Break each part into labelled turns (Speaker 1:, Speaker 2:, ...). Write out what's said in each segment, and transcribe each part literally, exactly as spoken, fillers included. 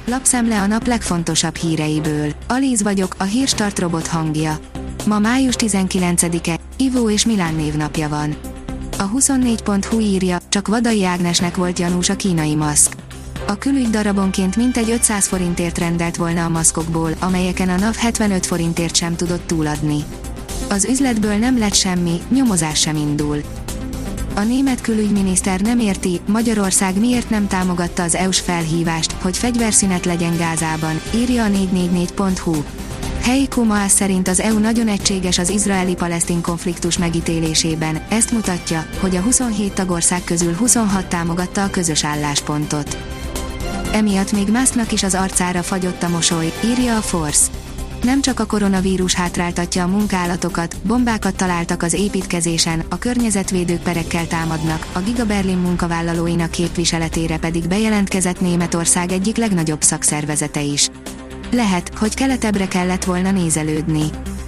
Speaker 1: Lapszemle a nap legfontosabb híreiből. Alíz vagyok, a Hírstart robot hangja. Ma május tizenkilencedike, Ivó és Milán névnapja van. A huszonnégy pont hu írja, csak Vadai Ágnesnek volt gyanús a kínai maszk. A külügy darabonként mintegy ötszáz forintért rendelt volna a maszkokból, amelyeken a NAV hetvenöt forintért sem tudott túladni. Az üzletből nem lett semmi, nyomozás sem indul. A német külügyminiszter nem érti, Magyarország miért nem támogatta az é u-s felhívást, hogy fegyverszünet legyen Gázában, írja a négy négy négy pont hu. Heiko Maas szerint az é u nagyon egységes az izraeli-palesztin konfliktus megítélésében, ezt mutatja, hogy a huszonhét tagország közül huszonhat támogatta a közös álláspontot. Emiatt még Musknak is az arcára fagyott a mosoly, írja a Force. Nem csak a koronavírus hátráltatja a munkálatokat, bombákat találtak az építkezésen, a környezetvédők perekkel támadnak, a Giga Berlin munkavállalóinak képviseletére pedig bejelentkezett Németország egyik legnagyobb szakszervezete is. Lehet, hogy keletebbre kellett volna nézelődni.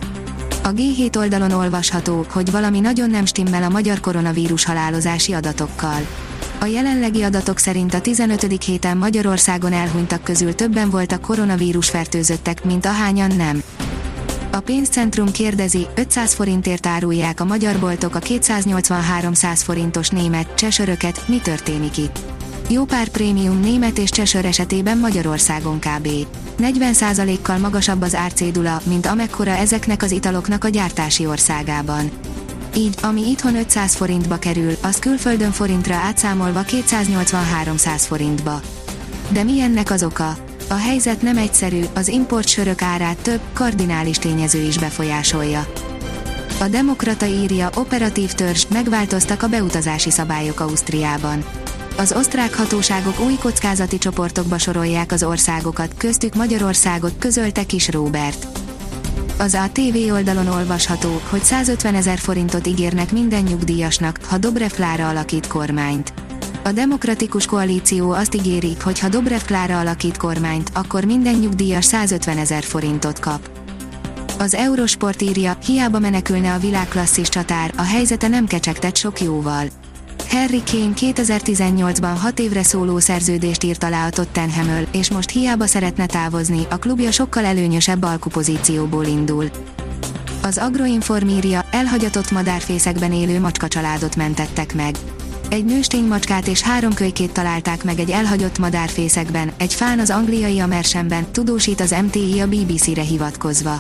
Speaker 1: A gé hét oldalon olvasható, hogy valami nagyon nem stimmel a magyar koronavírus halálozási adatokkal. A jelenlegi adatok szerint a tizenötödik héten Magyarországon elhunytak közül többen voltak koronavírus fertőzöttek, mint ahányan nem. A pénzcentrum kérdezi, ötszáz forintért árulják a magyar boltok a kétszáznyolcvan-háromszáz forintos német, cseh söröket, mi történik itt? Jó pár prémium német és cseh sör esetében Magyarországon kb. negyven százalékkal magasabb az árcédula, mint amekkora ezeknek az italoknak a gyártási országában. Így, ami itthon ötszáz forintba kerül, az külföldön forintra átszámolva kétszáznyolcvan-háromszáz forintba. De mi ennek az oka? A helyzet nem egyszerű, az import sörök árát több, kardinális tényező is befolyásolja. A Demokrata írja, operatív törzs, megváltoztak a beutazási szabályok Ausztriában. Az osztrák hatóságok új kockázati csoportokba sorolják az országokat, köztük Magyarországot, közölte Kis Róbert. Az á té vé oldalon olvasható, hogy százötvenezer forintot ígérnek minden nyugdíjasnak, ha Dobrev Klára alakít kormányt. A Demokratikus Koalíció azt ígéri, hogy ha Dobrev Klára alakít kormányt, akkor minden nyugdíjas százötvenezer forintot kap. Az Eurosport írja, hiába menekülne a világklasszis csatár, a helyzete nem kecsegtet sok jóval. Harry Kane kétezer-tizennyolcban hat évre szóló szerződést írt alá a Tottenhammel, és most hiába szeretne távozni, a klubja sokkal előnyösebb alkupozícióból indul. Az Agroinform írja, elhagyatott madárfészekben élő macskacsaládot mentettek meg. Egy nőstény macskát és három kölykét találták meg egy elhagyott madárfészekben, egy fán az angliai Amersham-ben, tudósít az em té i a bé bé cére hivatkozva.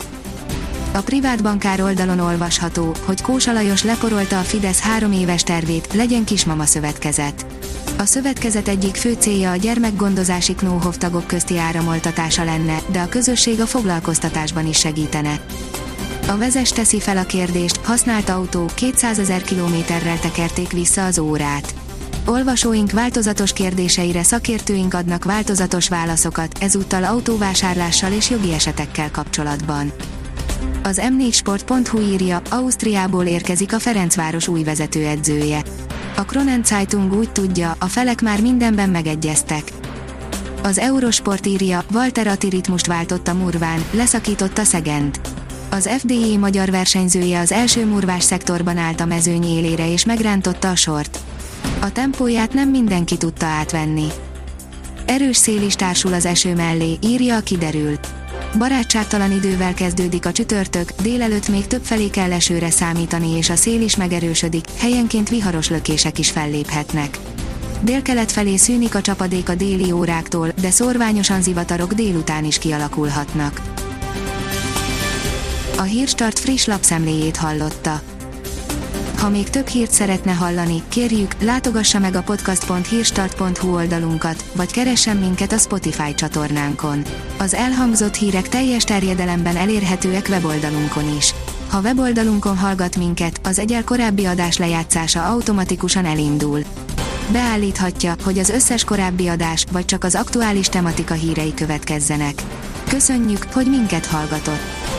Speaker 1: A privát bankár oldalon olvasható, hogy Kósa Lajos leporolta a Fidesz három éves tervét, legyen kismama szövetkezet. A szövetkezet egyik fő célja a gyermekgondozási Knóhof tagok közti áramoltatása lenne, de a közösség a foglalkoztatásban is segítene. A Vezes teszi fel a kérdést, használt autó, kétszázezer kilométerrel tekerték vissza az órát. Olvasóink változatos kérdéseire szakértőink adnak változatos válaszokat, ezúttal autóvásárlással és jogi esetekkel kapcsolatban. Az em négy sport pont hu írja, Ausztriából érkezik a Ferencváros új vezetőedzője. A Kronen Zeitung úgy tudja, a felek már mindenben megegyeztek. Az Eurosport írja, Walter Atti ritmust váltott a Murván, leszakította Szegent. Az ef dé jé magyar versenyzője az első murvás szektorban állt a mezőny élére és megrántotta a sort. A tempóját nem mindenki tudta átvenni. Erős szél is társul az eső mellé, írja a Kiderül. Barátságtalan idővel kezdődik a csütörtök, délelőtt még többfelé kell esőre számítani és a szél is megerősödik, helyenként viharos lökések is felléphetnek. Délkelet felé szűnik a csapadék a déli óráktól, de szórványosan zivatarok délután is kialakulhatnak. A Hírstart friss lapszemléjét hallotta. Ha még több hírt szeretne hallani, kérjük, látogassa meg a podcast pont hírstart pont hu oldalunkat, vagy keressen minket a Spotify csatornánkon. Az elhangzott hírek teljes terjedelemben elérhetőek weboldalunkon is. Ha weboldalunkon hallgat minket, az egyel korábbi adás lejátszása automatikusan elindul. Beállíthatja, hogy az összes korábbi adás, vagy csak az aktuális tematika hírei következzenek. Köszönjük, hogy minket hallgatott!